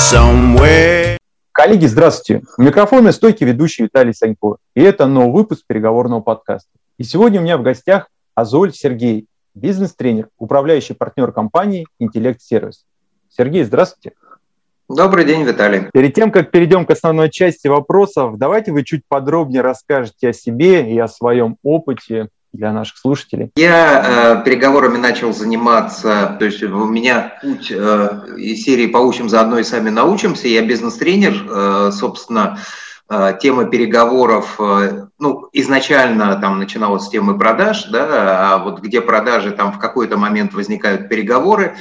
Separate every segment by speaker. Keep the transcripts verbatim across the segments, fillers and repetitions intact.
Speaker 1: somewhere.
Speaker 2: Коллеги, здравствуйте. У микрофона стойкий ведущий Виталий Санько. И это новый выпуск переговорного подкаста. И сегодня у меня в гостях Азоль Сергей, бизнес-тренер, управляющий партнер компании «Интеллект Сервис». Сергей, здравствуйте.
Speaker 3: Добрый день, Виталий.
Speaker 2: Перед тем, как перейдем к основной части вопросов, давайте вы чуть подробнее расскажете о себе и о своем опыте для наших слушателей.
Speaker 3: Я э, переговорами начал заниматься, то есть у меня путь э, из серии «Поучим, заодно и сами научимся». Я бизнес-тренер, э, собственно, э, тема переговоров, э, ну, изначально там начиналась с темы продаж, да, а вот где продажи, там в какой-то момент возникают переговоры.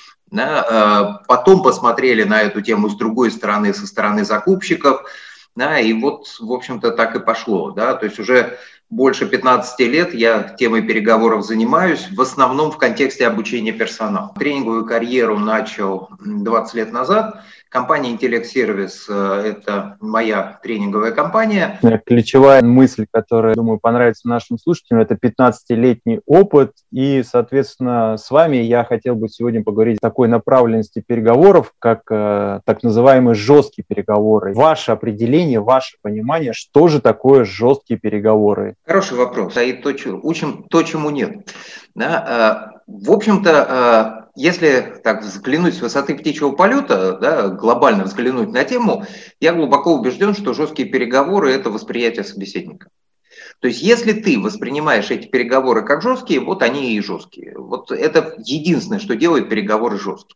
Speaker 3: Да, э, потом посмотрели на эту тему с другой стороны, со стороны закупщиков, да, и вот, в общем-то, так и пошло, да, то есть уже больше пятнадцати лет я темой переговоров занимаюсь, в основном в контексте обучения персонала. Тренинговую карьеру начал двадцать лет назад. Компания «Интеллект Сервис» – это моя тренинговая компания.
Speaker 2: Ключевая мысль, которая, думаю, понравится нашим слушателям, это пятнадцатилетний опыт. И, соответственно, с вами я хотел бы сегодня поговорить о такой направленности переговоров, как э, так называемые жесткие переговоры. Ваше определение, ваше понимание, что же такое жесткие переговоры?
Speaker 3: Хороший вопрос. И то, учим то, чему нет. Да, э, в общем-то, э, если так взглянуть с высоты птичьего полета, да, глобально взглянуть на тему, я глубоко убежден, что жесткие переговоры – это восприятие собеседника. То есть если ты воспринимаешь эти переговоры как жесткие, вот они и жесткие. Вот это единственное, что делает переговоры жесткими.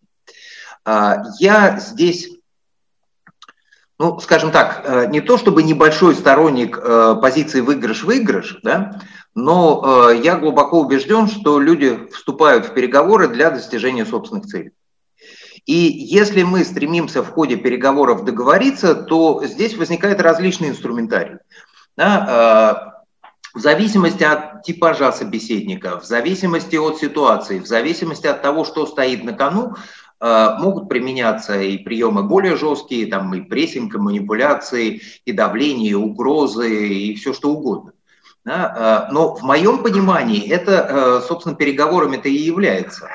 Speaker 3: Я здесь, ну, скажем так, не то чтобы небольшой сторонник позиции выигрыш-выигрыш, да, но я глубоко убежден, что люди вступают в переговоры для достижения собственных целей. И если мы стремимся в ходе переговоров договориться, то здесь возникает различный инструментарий. Да, в зависимости от типажа собеседника, в зависимости от ситуации, в зависимости от того, что стоит на кону, могут применяться и приемы более жесткие, там и прессинг, и манипуляции, и давление, и угрозы, и все что угодно. Да? Но в моем понимании это, собственно, переговорами-то и является.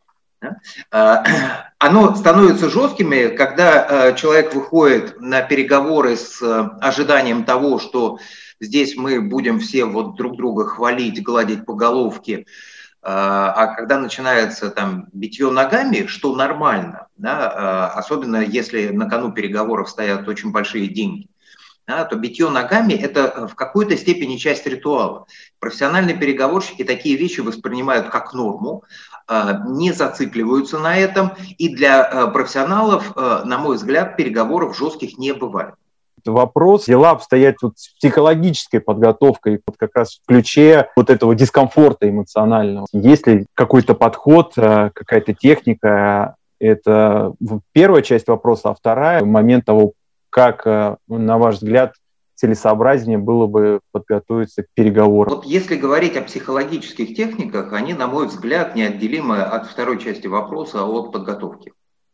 Speaker 3: Да? Оно становится жесткими, когда человек выходит на переговоры с ожиданием того, что здесь мы будем все вот друг друга хвалить, гладить по головке, а когда начинается там битье ногами, что нормально, да, особенно если на кону переговоров стоят очень большие деньги, да, то битье ногами – это в какой-то степени часть ритуала. Профессиональные переговорщики такие вещи воспринимают как норму, не зацикливаются на этом, и для профессионалов, на мой взгляд, переговоров жестких не бывает.
Speaker 2: Вопрос, дела обстоят вот с психологической подготовкой, вот как раз в ключе вот этого дискомфорта эмоционального. Есть ли какой-то подход, какая-то техника? Это первая часть вопроса, а вторая – момент того, как, на ваш взгляд, целесообразнее было бы подготовиться к переговорам.
Speaker 3: Вот если говорить о психологических техниках, они, на мой взгляд, неотделимы от второй части вопроса, от подготовки.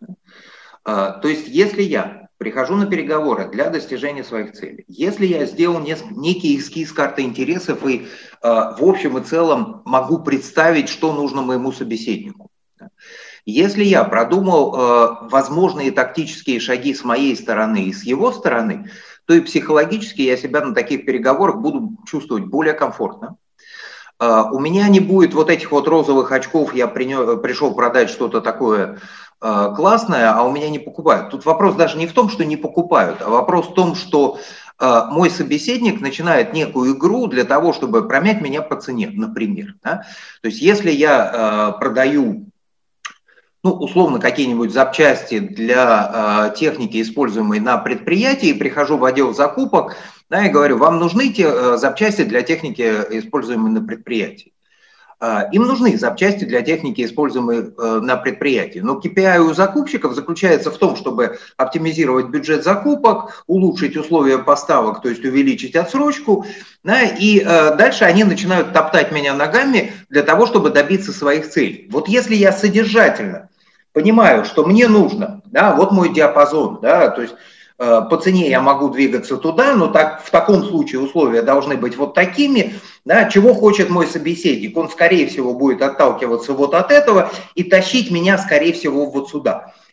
Speaker 3: То есть, если я прихожу на переговоры для достижения своих целей, если я сделал некий эскиз карты интересов и в общем и целом могу представить, что нужно моему собеседнику, если я продумал э, возможные тактические шаги с моей стороны и с его стороны, то и психологически я себя на таких переговорах буду чувствовать более комфортно. Э, у меня не будет вот этих вот розовых очков, я принё, пришел продать что-то такое э, классное, а у меня не покупают. Тут вопрос даже не в том, что не покупают, а вопрос в том, что э, мой собеседник начинает некую игру для того, чтобы промять меня по цене, например. Да? То есть если я э, продаю, ну, условно, какие-нибудь запчасти для э, техники, используемой на предприятии, прихожу в отдел закупок, да, и говорю, вам нужны те э, запчасти для техники, используемой на предприятии. Э, им нужны запчасти для техники, используемой э, на предприятии. Но кей пи ай у закупщиков заключается в том, чтобы оптимизировать бюджет закупок, улучшить условия поставок, то есть увеличить отсрочку, да, и э, дальше они начинают топтать меня ногами для того, чтобы добиться своих целей. Вот если я содержательно понимаю, что мне нужно, да, вот мой диапазон, да, то есть э, по цене я могу двигаться туда, но так, в таком случае условия должны быть вот такими, да, чего хочет мой собеседник, он, скорее всего, будет отталкиваться вот от этого и тащить меня, скорее всего, вот сюда.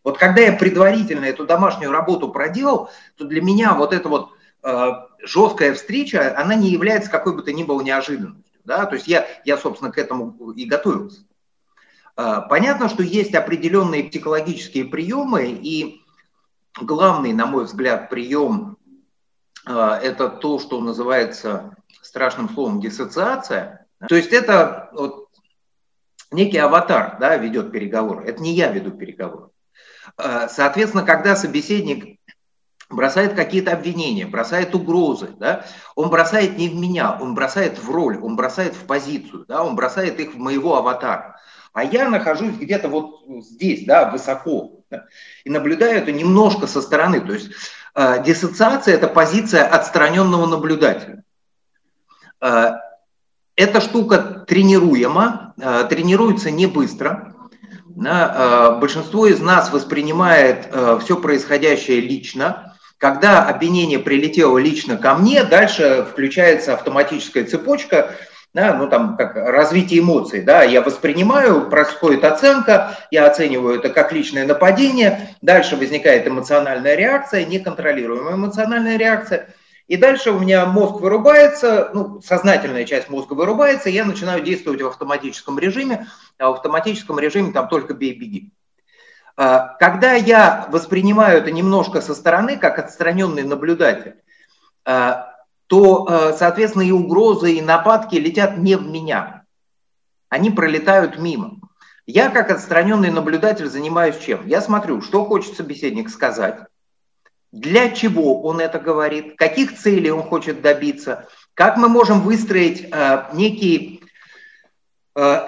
Speaker 3: Вот когда я предварительно эту домашнюю работу проделал, то для меня вот эта вот э, жесткая встреча, она не является какой бы то ни было неожиданностью. Да? То есть я, я, собственно, к этому и готовился. Э, понятно, что есть определенные психологические приемы, и главный, на мой взгляд, прием э, это то, что называется страшным словом диссоциация. То есть это вот, некий аватар, да, ведет переговоры. Это не я веду переговоры. Соответственно, когда собеседник бросает какие-то обвинения, бросает угрозы, да, он бросает не в меня, он бросает в роль, он бросает в позицию, да, он бросает их в моего аватара. А я нахожусь где-то вот здесь, да, высоко, да, и наблюдаю это немножко со стороны. То есть э, диссоциация – это позиция отстраненного наблюдателя. Э, эта штука тренируема, э, тренируется не быстро. Да, большинство из нас воспринимает э, все происходящее лично. Когда обвинение прилетело лично ко мне, дальше включается автоматическая цепочка, да, ну там как развитие эмоций. Да, я воспринимаю, происходит оценка, я оцениваю это как личное нападение, дальше возникает эмоциональная реакция, неконтролируемая эмоциональная реакция. И дальше у меня мозг вырубается, ну, сознательная часть мозга вырубается, и я начинаю действовать в автоматическом режиме, а в автоматическом режиме там только бей-беги. Когда я воспринимаю это немножко со стороны, как отстраненный наблюдатель, то, соответственно, и угрозы, и нападки летят не в меня. Они пролетают мимо. Я, как отстраненный наблюдатель, занимаюсь чем? Я смотрю, что хочет собеседник сказать, для чего он это говорит, каких целей он хочет добиться, как мы можем выстроить э, некий, э,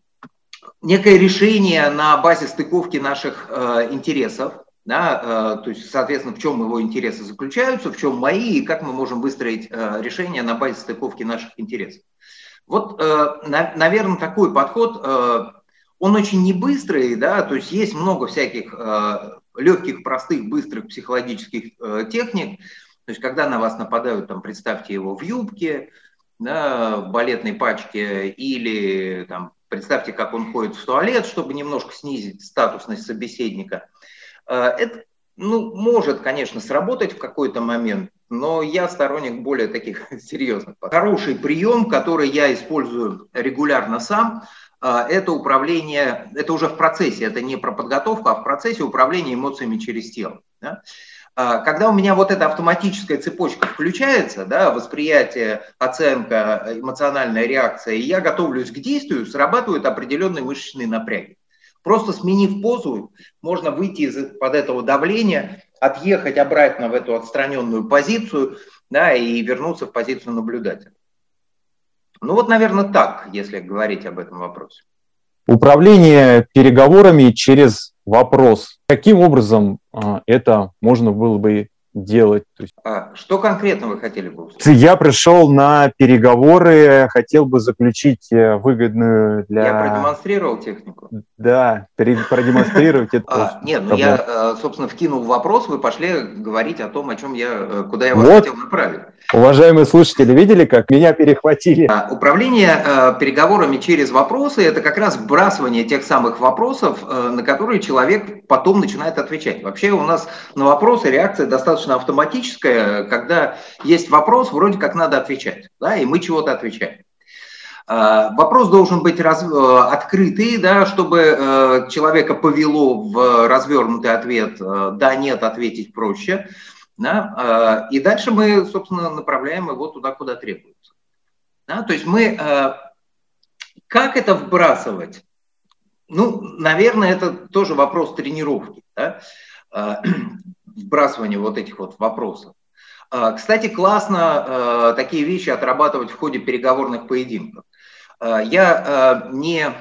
Speaker 3: некое решение на базе стыковки наших э, интересов, да, э, то есть, соответственно, в чем его интересы заключаются, в чем мои, и как мы можем выстроить э, решение на базе стыковки наших интересов. Вот, э, на, наверное, такой подход, э, он очень небыстрый, да, то есть есть много всяких э, легких, простых, быстрых психологических э, техник. То есть когда на вас нападают, там, представьте его в юбке, да, в балетной пачке, или там, представьте, как он ходит в туалет, чтобы немножко снизить статусность собеседника. Э, это, ну, может, конечно, сработать в какой-то момент, но я сторонник более таких серьезных. Хороший прием, который я использую регулярно сам, это управление, это уже в процессе, это не про подготовку, а в процессе управления эмоциями через тело. Да? Когда у меня вот эта автоматическая цепочка включается, да, восприятие, оценка, эмоциональная реакция, и я готовлюсь к действию, срабатывают определенные мышечные напряги. Просто сменив позу, можно выйти из-под этого давления, отъехать обратно в эту отстраненную позицию, да, и вернуться в позицию наблюдателя. Ну вот, наверное, так, если говорить об этом вопросе.
Speaker 2: Управление переговорами через вопрос. Каким образом а, это можно было бы делать? То есть,
Speaker 3: а, что конкретно вы хотели бы услышать?
Speaker 2: Я пришел на переговоры, хотел бы заключить выгодную для...
Speaker 3: Я продемонстрировал технику?
Speaker 2: Да, продемонстрировать это.
Speaker 3: А, нет, ну я, собственно, вкинул вопрос, вы пошли говорить о том, о чем я, куда я вас вот, хотел направить.
Speaker 2: Уважаемые слушатели, видели, как меня перехватили?
Speaker 3: А, управление а, переговорами через вопросы – это как раз вбрасывание тех самых вопросов, а, на которые человек потом начинает отвечать. Вообще у нас на вопросы реакция достаточно автоматическая, когда есть вопрос, вроде как надо отвечать, да, и мы чего-то отвечаем. Вопрос должен быть раз, открытый, да, чтобы человека повело в развернутый ответ «да», «нет», ответить проще. Да, и дальше мы, собственно, направляем его туда, куда требуется. Да, то есть мы... Как это вбрасывать? Ну, наверное, это тоже вопрос тренировки, да, вбрасывания вот этих вот вопросов. Кстати, классно такие вещи отрабатывать в ходе переговорных поединков. Я э, не,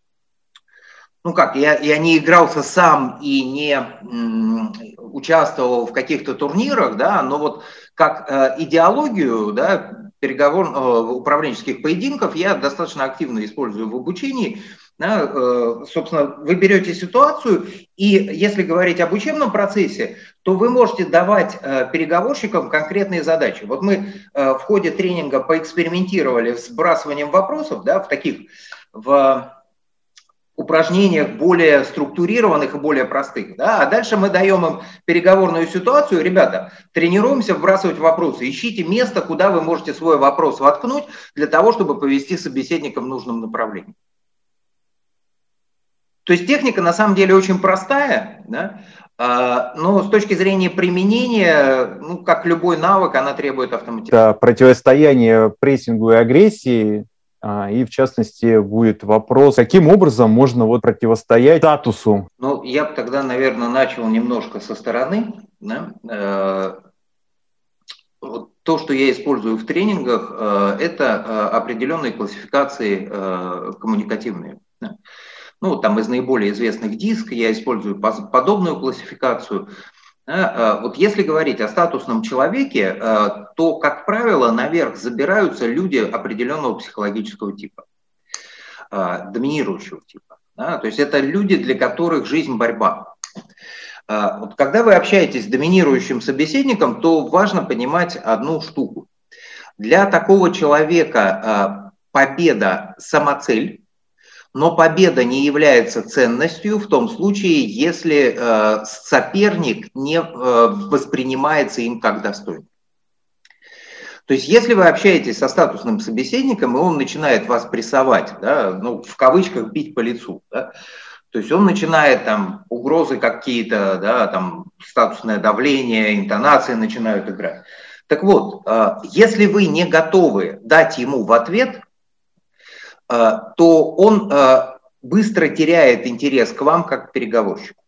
Speaker 3: ну как, я, я не игрался сам и не м, участвовал в каких-то турнирах, да, но вот как э, идеологию, да, переговор, э, управленческих поединков я достаточно активно использую в обучении. Да, э, собственно, вы берете ситуацию, и если говорить об учебном процессе, то вы можете давать э, переговорщикам конкретные задачи. Вот мы э, в ходе тренинга поэкспериментировали с сбрасыванием вопросов, да, в таких, в упражнениях более структурированных и более простых. Да? А дальше мы даем им переговорную ситуацию. Ребята, тренируемся вбрасывать вопросы. Ищите место, куда вы можете свой вопрос воткнуть для того, чтобы повести собеседника в нужном направлении. То есть техника на самом деле очень простая, да? Но с точки зрения применения, ну, как любой навык, она требует автоматизации.
Speaker 2: Это противостояние прессингу и агрессии. И, в частности, будет вопрос, каким образом можно вот противостоять статусу?
Speaker 3: Ну, я бы тогда, наверное, начал немножко со стороны. Да? Вот то, что я использую в тренингах, это определенные классификации коммуникативные. Ну, там из наиболее известных диск я использую подобную классификацию. Вот если говорить о статусном человеке, то, как правило, наверх забираются люди определенного психологического типа, доминирующего типа. Да? То есть это люди, для которых жизнь борьба. Вот когда вы общаетесь с доминирующим собеседником, то важно понимать одну штуку. Для такого человека победа – самоцель. Но победа не является ценностью в том случае, если э, соперник не э, воспринимается им как достойный. То есть, если вы общаетесь со статусным собеседником, и он начинает вас прессовать, да, ну, в кавычках бить по лицу, да, то есть он начинает там угрозы какие-то, да, там статусное давление, интонации начинают играть. Так вот, э, если вы не готовы дать ему в ответ, то он быстро теряет интерес к вам как к переговорщику.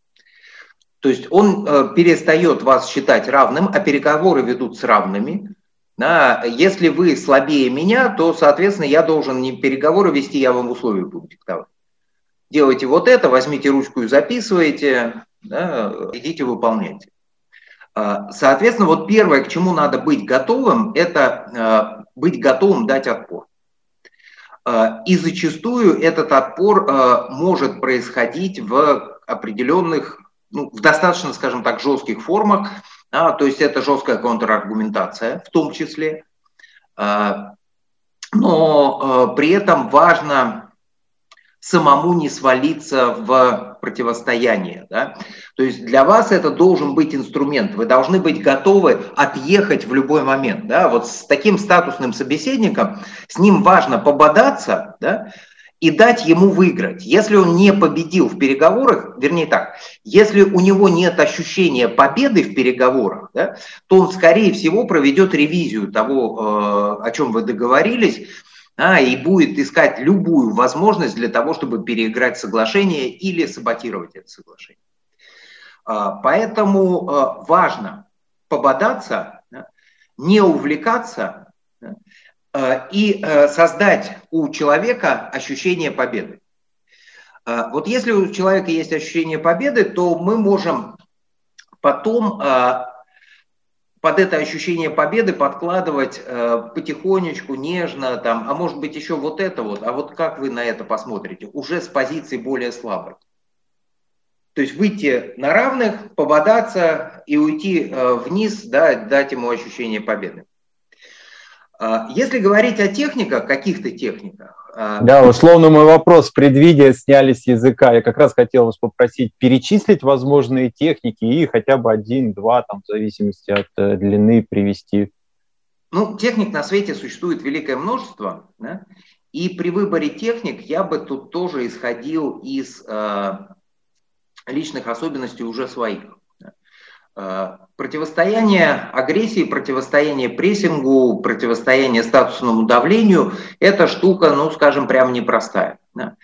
Speaker 3: То есть он перестает вас считать равным, а переговоры ведут с равными. Да, если вы слабее меня, то, соответственно, я должен не переговоры вести, я вам условия буду диктовать. Делайте вот это, возьмите ручку и записывайте, да, идите выполняйте. Соответственно, вот первое, к чему надо быть готовым, это быть готовым дать отпор. И зачастую этот отпор может происходить в определенных, ну, в достаточно, скажем так, жестких формах, а, то есть это жесткая контраргументация в том числе, но при этом важно самому не свалиться в противостояние. Да? То есть для вас это должен быть инструмент, вы должны быть готовы отъехать в любой момент. Да? Вот с таким статусным собеседником, с ним важно пободаться, да, и дать ему выиграть. Если он не победил в переговорах, вернее так, если у него нет ощущения победы в переговорах, да, то он, скорее всего, проведет ревизию того, о чем вы договорились, а, и будет искать любую возможность для того, чтобы переиграть соглашение или саботировать это соглашение. А, поэтому а, важно пободаться, да, не увлекаться, да, а, и а, создать у человека ощущение победы. А, вот если у человека есть ощущение победы, то мы можем потом а, под это ощущение победы подкладывать э, потихонечку, нежно, там, а может быть еще вот это вот, а вот как вы на это посмотрите, уже с позиции более слабой. То есть выйти на равных, пободаться и уйти э, вниз, да, дать ему ощущение победы. Э, если говорить о техниках, каких-то техниках. Э,
Speaker 2: да, условно мой вопрос, предвидя, сняли с языка. Я как раз хотел вас попросить перечислить возможные техники и хотя бы один-два, там, в зависимости от э, длины, привести.
Speaker 3: Ну, техник на свете существует великое множество, да? И при выборе техник я бы тут тоже исходил из э, личных особенностей уже своих. Противостояние агрессии, противостояние прессингу, противостояние статусному давлению – это штука, ну, скажем, прям непростая.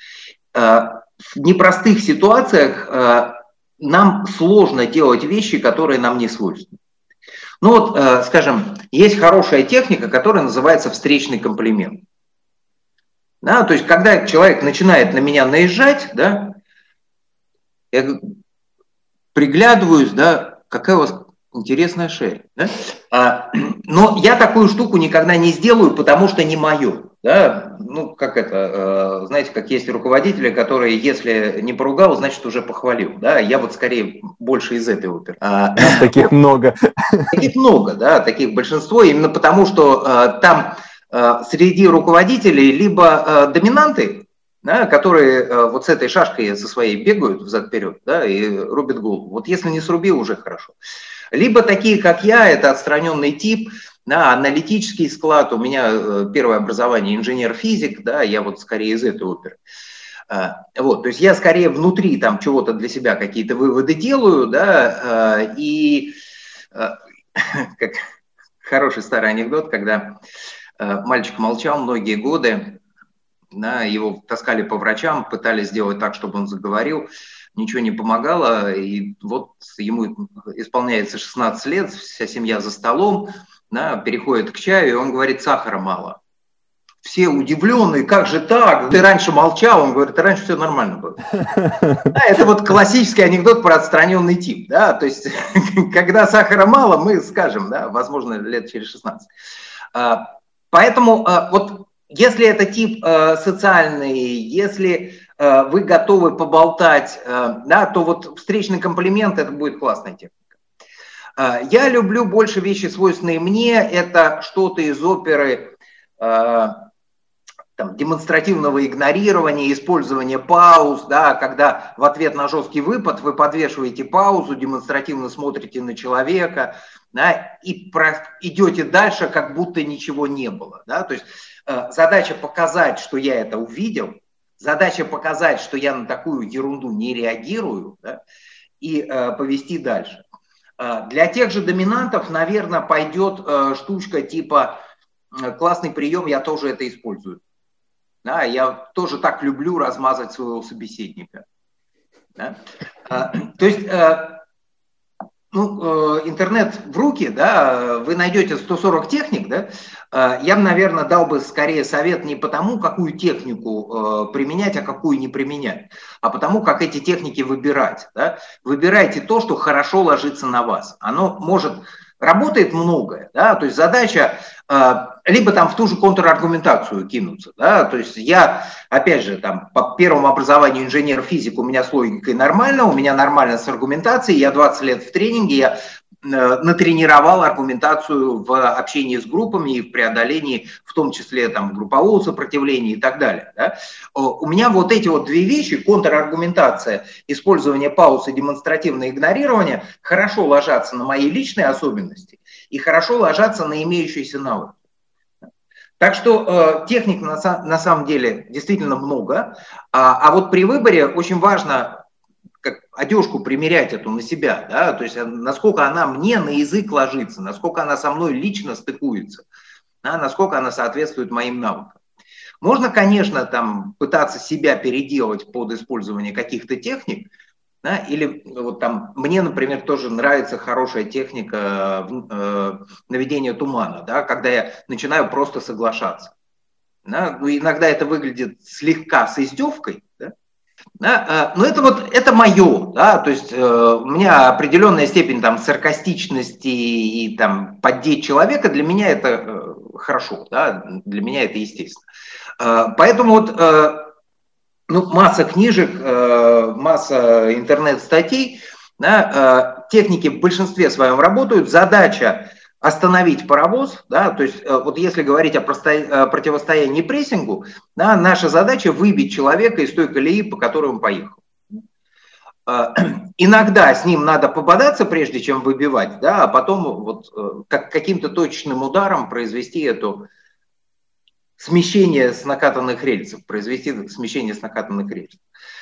Speaker 3: В непростых ситуациях нам сложно делать вещи, которые нам не свойственны. Ну вот, скажем, есть хорошая техника, которая называется встречный комплимент. Да, то есть, когда человек начинает на меня наезжать, да, я приглядываюсь, да, какая у вас интересная шея. Да? А, но я такую штуку никогда не сделаю, потому что не мое. Да? Ну, как это, знаете, как есть руководители, которые, если не поругал, значит, уже похвалил. Да? Я вот скорее больше из этой оперы. А,
Speaker 2: таких много.
Speaker 3: Таких много, да, таких большинство, именно потому что а, там а, среди руководителей либо а, доминанты, да, которые вот с этой шашкой со своей бегают взад-вперед, да, и рубят голову. Вот если не срубил, уже хорошо. Либо такие, как я, это отстраненный тип, да, аналитический склад. У меня первое образование инженер-физик, да, я вот скорее из этой оперы. Вот, то есть я скорее внутри там чего-то для себя какие-то выводы делаю, да, и как хороший старый анекдот, когда мальчик молчал многие годы, да, его таскали по врачам, пытались сделать так, чтобы он заговорил, ничего не помогало, и вот ему исполняется шестнадцать лет, вся семья за столом, да, переходит к чаю, и он говорит: сахара мало. Все удивленные, как же так? Ты раньше молчал, он говорит: раньше все нормально было. Да, это вот классический анекдот про отстраненный тип, да, то есть когда сахара мало, мы скажем, да, возможно, лет через шестнадцать. Поэтому вот если это тип социальный, если вы готовы поболтать, да, то вот встречный комплимент – это будет классная техника. Я люблю больше вещи, свойственные мне, это что-то из оперы там, демонстративного игнорирования, использования пауз, да, когда в ответ на жесткий выпад вы подвешиваете паузу, демонстративно смотрите на человека, да, и про, идете дальше, как будто ничего не было. Да, то есть э, задача показать, что я это увидел, задача показать, что я на такую ерунду не реагирую, да, и э, повести дальше. Э, для тех же доминантов, наверное, пойдет э, штучка типа э, классный прием, я тоже это использую. Да, я тоже так люблю размазать своего собеседника. Да? А, то есть, а, ну, интернет в руки, да, вы найдете сто сорок техник, да, а, я бы, наверное, дал бы скорее совет не потому, какую технику а, применять, а какую не применять, а потому, как эти техники выбирать. Да? Выбирайте то, что хорошо ложится на вас. Оно может... Работает многое, да, то есть задача э, либо там в ту же контраргументацию кинуться, да, то есть я, опять же, там по первому образованию инженер-физик, у меня с логикой нормально, у меня нормально с аргументацией, я двадцать лет в тренинге, я э, натренировал аргументацию в общении с группами и в преодолении, в том числе там группового сопротивления и так далее, да. У меня вот эти вот две вещи, контраргументация, использование пауз и демонстративное игнорирование, хорошо ложатся на мои личные особенности и хорошо ложатся на имеющиеся навыки. Так что э, техник на, на самом деле действительно много, а, а вот при выборе очень важно как одежку примерять эту на себя, да, то есть насколько она мне на язык ложится, насколько она со мной лично стыкуется, да, насколько она соответствует моим навыкам. Можно, конечно, там пытаться себя переделать под использование каких-то техник, да, или вот там мне, например, тоже нравится хорошая техника э, наведения тумана, да, когда я начинаю просто соглашаться. Да, ну, иногда это выглядит слегка с издевкой, да, да, э, но это вот это мое, да, то есть э, у меня определенная степень там саркастичности и там поддеть человека, для меня это э, хорошо, да, для меня это естественно. Э, поэтому вот э, ну, масса книжек, э, масса интернет-статей, да, э, техники в большинстве своем работают. Задача остановить паровоз, да, то есть э, вот если говорить о, просто, о противостоянии прессингу, да, наша задача выбить человека из той колеи, по которой он поехал. Э, иногда с ним надо пободаться, прежде чем выбивать, да, а потом вот э, как, каким-то точечным ударом произвести эту смещение с накатанных рельсов, произвести смещение с накатанных рельсов.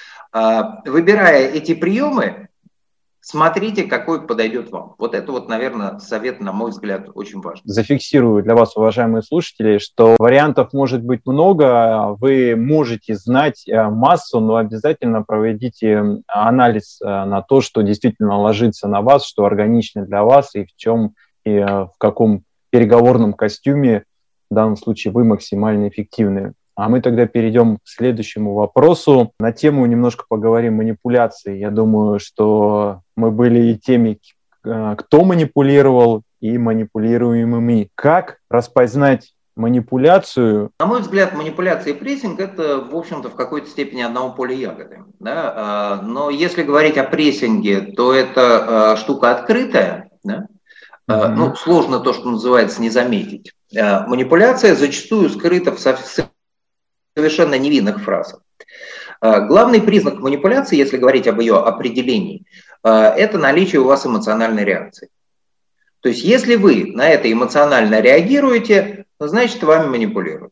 Speaker 3: Выбирая эти приемы, смотрите, какой подойдет вам. Вот это вот, наверное, совет, на мой взгляд, очень важный.
Speaker 2: Зафиксирую для вас, уважаемые слушатели, что вариантов может быть много, вы можете знать массу, но обязательно проведите анализ на то, что действительно ложится на вас, что органично для вас и в чем, и в каком переговорном костюме в данном случае вы максимально эффективны. А мы тогда перейдем к следующему вопросу. На тему немножко поговорим манипуляции. Я думаю, что мы были и теми, кто манипулировал, и манипулируемыми. Как распознать манипуляцию?
Speaker 3: На мой взгляд, манипуляция и прессинг – это, в общем-то, в какой-то степени одного поля ягоды. Да? Но если говорить о прессинге, то это штука открытая, да? Mm-hmm. Ну, сложно то, что называется, не заметить. Манипуляция зачастую скрыта в совершенно невинных фразах. Главный признак манипуляции, если говорить об ее определении, это наличие у вас эмоциональной реакции. То есть если вы на это эмоционально реагируете, значит, вами манипулируют.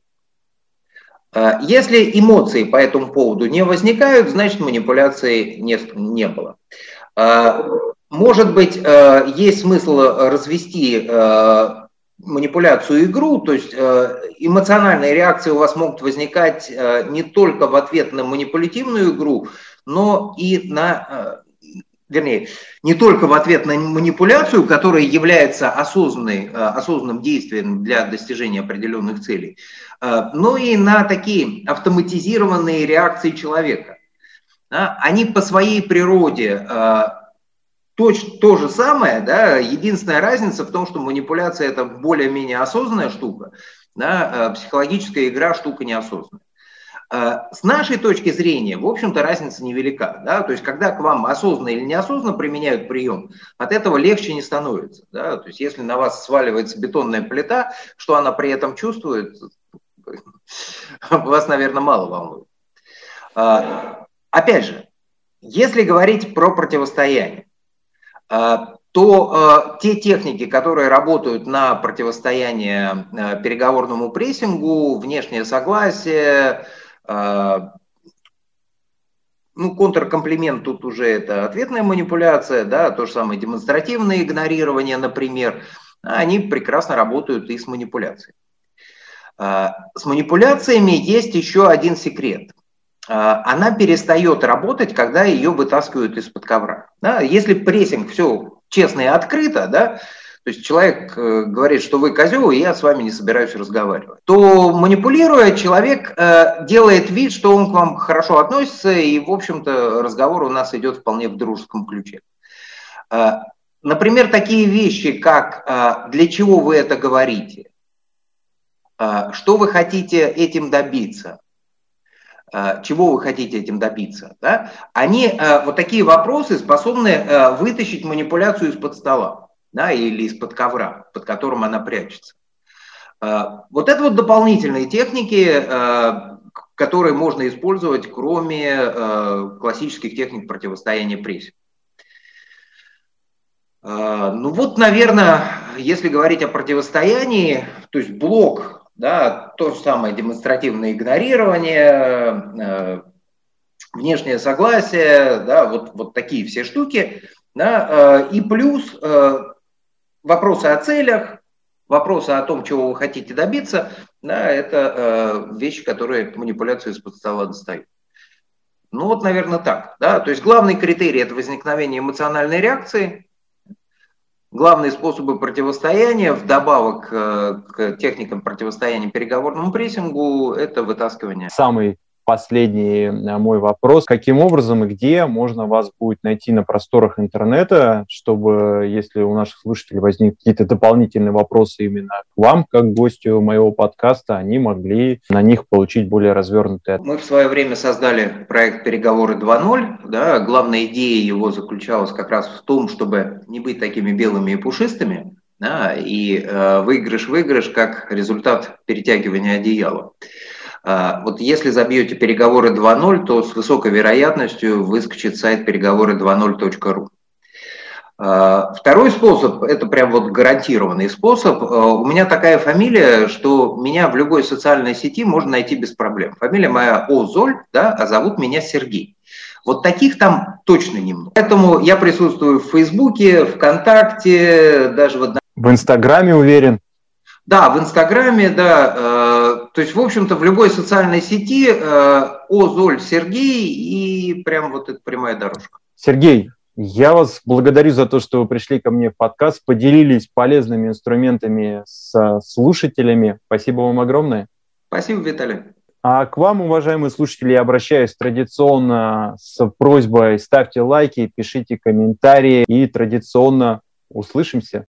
Speaker 3: Если эмоции по этому поводу не возникают, значит, манипуляции не, не было. Может быть, есть смысл развести манипуляцию игру, то есть эмоциональные реакции у вас могут возникать не только в ответ на манипулятивную игру, но и на, вернее, не только в ответ на манипуляцию, которая является осознанной, осознанным действием для достижения определенных целей, но и на такие автоматизированные реакции человека. Они по своей природе То, то же самое, да, единственная разница в том, что манипуляция – это более-менее осознанная штука, да, психологическая игра – штука неосознанная. С нашей точки зрения, в общем-то, разница невелика. Да, то есть, когда к вам осознанно или неосознанно применяют прием, от этого легче не становится. Да, то есть, если на вас сваливается бетонная плита, что она при этом чувствует, вас, наверное, мало волнует. Опять же, если говорить про противостояние, то э, те техники, которые работают на противостояние э, переговорному прессингу, внешнее согласие, э, ну, контркомплимент тут уже это ответная манипуляция, да, то же самое демонстративное игнорирование, например, они прекрасно работают и с манипуляцией. Э, с манипуляциями есть еще один секрет. Она перестает работать, когда ее вытаскивают из-под ковра. Да? Если прессинг все честно и открыто, да, то есть человек говорит, что вы козел, и я с вами не собираюсь разговаривать, то манипулируя, человек делает вид, что он к вам хорошо относится, и, в общем-то, разговор у нас идет вполне в дружеском ключе. Например, такие вещи, как «для чего вы это говорите?», «что вы хотите этим добиться?», чего вы хотите этим добиться, да? Они, вот такие вопросы способны вытащить манипуляцию из-под стола, да, или из-под ковра, под которым она прячется. Вот это вот дополнительные техники, которые можно использовать, кроме классических техник противостояния прессингу. Ну вот, наверное, если говорить о противостоянии, то есть блок, да, то же самое демонстративное игнорирование, внешнее согласие, да, вот, вот такие все штуки, да, и плюс вопросы о целях, вопросы о том, чего вы хотите добиться, да, это вещи, которые манипуляцию из-под стола достают. Ну вот, наверное, так, да, то есть главный критерий – это возникновение эмоциональной реакции. Главные способы противостояния, вдобавок к техникам противостояния переговорному прессингу, это вытаскивание.
Speaker 2: Самый последний мой вопрос. Каким образом и где можно вас будет найти на просторах интернета, чтобы, если у наших слушателей возникнут какие-то дополнительные вопросы именно к вам, как гостю моего подкаста, они могли на них получить более развернутые ответы?
Speaker 3: Мы в свое время создали проект «Переговоры два ноль». Да, главная идея его заключалась как раз в том, чтобы не быть такими белыми и пушистыми, да, и э, выигрыш-выигрыш как результат перетягивания одеяла. Вот если забьете «Переговоры два ноль», то с высокой вероятностью выскочит сайт переговоры два ноль точка ру. Второй способ, это прям вот гарантированный способ. У меня такая фамилия, что меня в любой социальной сети можно найти без проблем. Фамилия моя Озоль, да, а зовут меня Сергей. Вот таких там точно немного. Поэтому я присутствую в Фейсбуке, ВКонтакте, даже в...
Speaker 2: В Инстаграме, уверен.
Speaker 3: Да, в Инстаграме, да. То есть, в общем-то, в любой социальной сети Озоль Сергей, и прям вот эта прямая дорожка.
Speaker 2: Сергей, я вас благодарю за то, что вы пришли ко мне в подкаст, поделились полезными инструментами с слушателями. Спасибо вам огромное.
Speaker 3: Спасибо, Виталий.
Speaker 2: А к вам, уважаемые слушатели, я обращаюсь традиционно с просьбой: ставьте лайки, пишите комментарии и традиционно услышимся.